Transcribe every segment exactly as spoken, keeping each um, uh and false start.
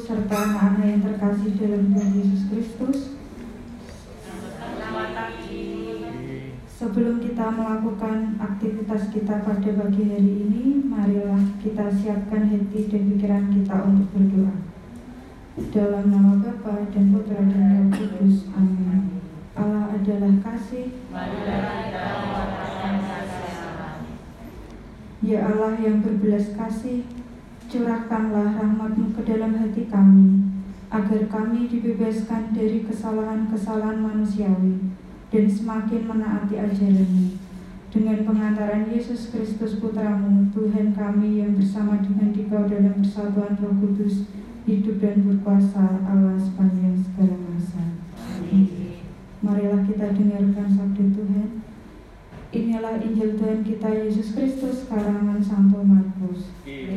serta anak-anak yang terkasih dalam Tuhan Yesus Kristus. Sebelum kita melakukan aktivitas kita pada pagi hari ini, marilah kita siapkan hati dan pikiran kita untuk berdoa. Dalam nama Bapa dan Putra dan Roh Kudus. Amin. Allah adalah kasih. Ya Allah yang berbelas kasih, curahkanlah rahmat-Mu ke dalam hati kami, agar kami dibebaskan dari kesalahan-kesalahan manusiawi dan semakin menaati ajaran-Mu. Dengan pengantaran Yesus Kristus Putra-Mu, Tuhan kami yang bersama dengan Dikau dalam persatuan Roh Kudus, hidup dan berkuasa Allah sepanjang segala masa. Amin. Marilah kita dengarkan sabda Tuhan. Inilah Injil Tuhan kita Yesus Kristus karangan Santo Markus.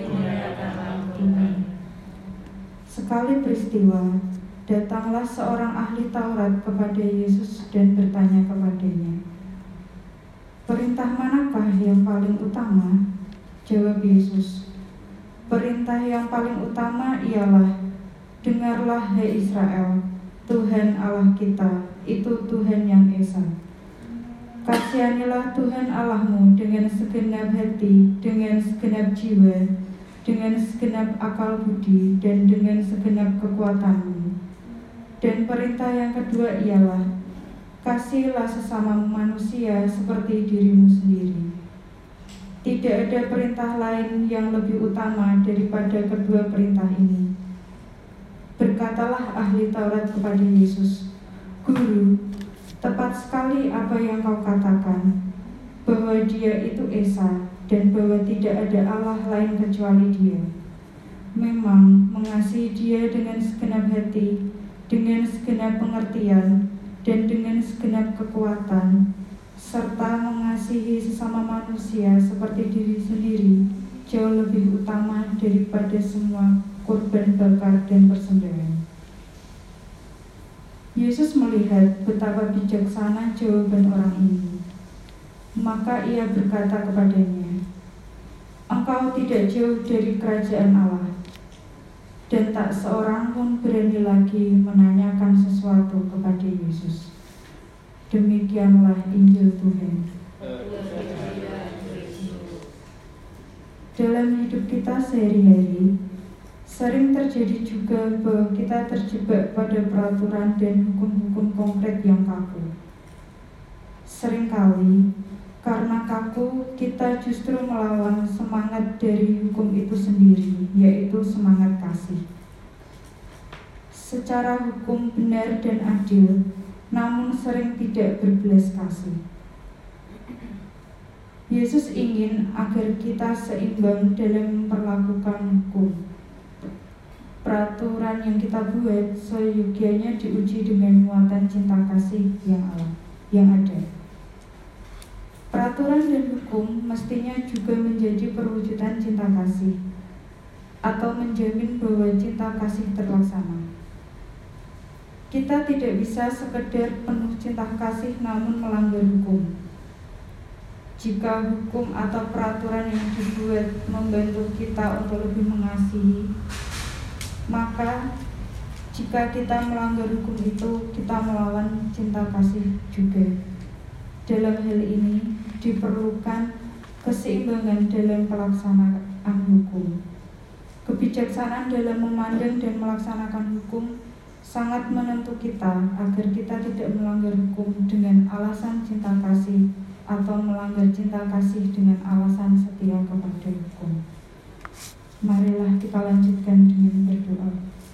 Sekali peristiwa, datanglah seorang ahli Taurat kepada Yesus dan bertanya kepadanya, "Perintah manakah yang paling utama?" Jawab Yesus, "Perintah yang paling utama ialah, dengarlah hai Israel, Tuhan Allah kita, itu Tuhan yang esa. Kasihanilah Tuhan Allahmu dengan segenap hati, dengan segenap jiwa, dengan segenap akal budi, dan dengan segenap kekuatanmu. Dan perintah yang kedua ialah, kasihilah sesama manusia seperti dirimu sendiri. Tidak ada perintah lain yang lebih utama daripada kedua perintah ini." Berkatalah ahli Taurat kepada Yesus, "Guru, tepat sekali apa yang kau katakan, bahwa Dia itu esa dan bahwa tidak ada Allah lain kecuali Dia. Memang mengasihi Dia dengan segenap hati, dengan segenap pengertian, dan dengan segenap kekuatan, serta mengasihi sesama manusia seperti diri sendiri, jauh lebih utama daripada semua kurban bakar dan persembahan." Yesus melihat betapa bijaksana jawaban orang ini. Maka ia berkata kepadanya, "Engkau tidak jauh dari kerajaan Allah." Dan tak seorang pun berani lagi menanyakan sesuatu kepada Yesus. Demikianlah Injil Tuhan. Dalam hidup kita sehari-hari, sering terjadi juga bahwa kita terjebak pada peraturan dan hukum-hukum konkret yang kaku. Seringkali, karena kaku, kita justru melawan semangat dari hukum itu sendiri, yaitu semangat kasih. Secara hukum benar dan adil, namun sering tidak berbelas kasih. Yesus ingin agar kita seimbang dalam memperlakukan hukum. Peraturan yang kita buat seyogianya diuji dengan muatan cinta kasih yang Allah, yang ada. Peraturan dan hukum mestinya juga menjadi perwujudan cinta kasih, atau menjamin bahwa cinta kasih terlaksana. Kita tidak bisa sekedar penuh cinta kasih namun melanggar hukum. Jika hukum atau peraturan yang dibuat membantu kita untuk lebih mengasihi, maka jika kita melanggar hukum itu, kita melawan cinta kasih juga. Dalam hal ini diperlukan keseimbangan dalam pelaksanaan hukum. Kebijaksanaan dalam memandang dan melaksanakan hukum sangat menentu kita agar kita tidak melanggar hukum dengan alasan cinta kasih atau melanggar cinta kasih dengan alasan setia kepada hukum. Marilah kita lanjutkan dengan berdoa.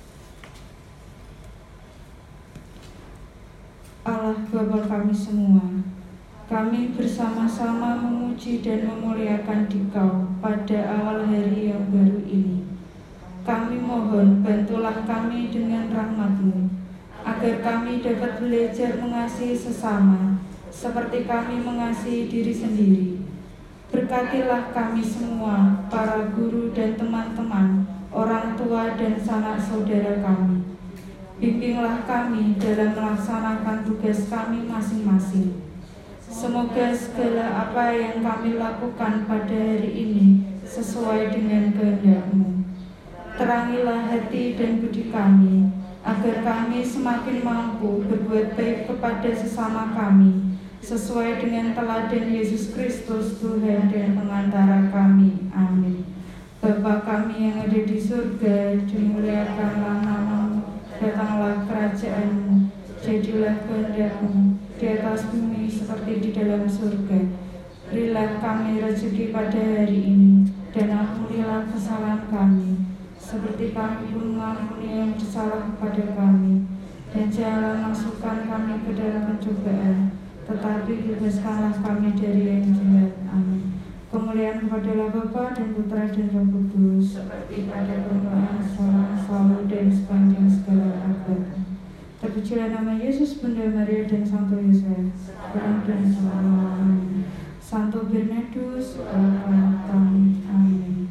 Allah Bapa kami semua, kami bersama-sama memuji dan memuliakan Dikau pada awal hari yang baru ini. Kami mohon bantulah kami dengan rahmat-Mu, agar kami dapat belajar mengasihi sesama, seperti kami mengasihi diri sendiri. Berkatilah kami semua, para guru dan teman-teman, orang tua dan sanak saudara kami. Bimbinglah kami dalam melaksanakan tugas kami masing-masing. Semoga segala apa yang kami lakukan pada hari ini sesuai dengan kehendak-Mu. Terang terangilah hati dan budi kami, agar kami semakin mampu berbuat baik kepada sesama kami, sesuai dengan teladan Yesus Kristus Tuhan dan pengantara kami. Amin. Bapa kami yang ada di surga, dimuliakanlah namamu, datanglah kerajaanmu, jadilah kehendak-mu di atas bumi seperti di dalam surga. Berilah kami rezeki pada hari ini, dan ampunilah kesalahan kami, seperti kami pun mengampuni yang bersalah kepada kami. Dan janganlah masukkan kami ke dalam pencobaan, tetapi bebaskanlah kami dari yang jahat. Amin. Kemuliaan kepada Bapa dan Putra dan Roh Kudus, seperti pada permulaan, sekarang, selalu, dan sepanjang segala abad. Terpujilah nama Yesus, Bunda Maria, dan Santo Yosef, sekarang dan selama-lamanya. Santo Bernardus, doakan kami. Amin.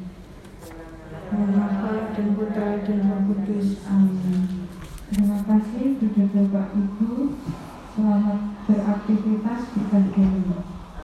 Bapa dan Putra dan Roh Kudus. Amin. Terima kasih, Bapak Ibu. Selamat beraktivitas di bagian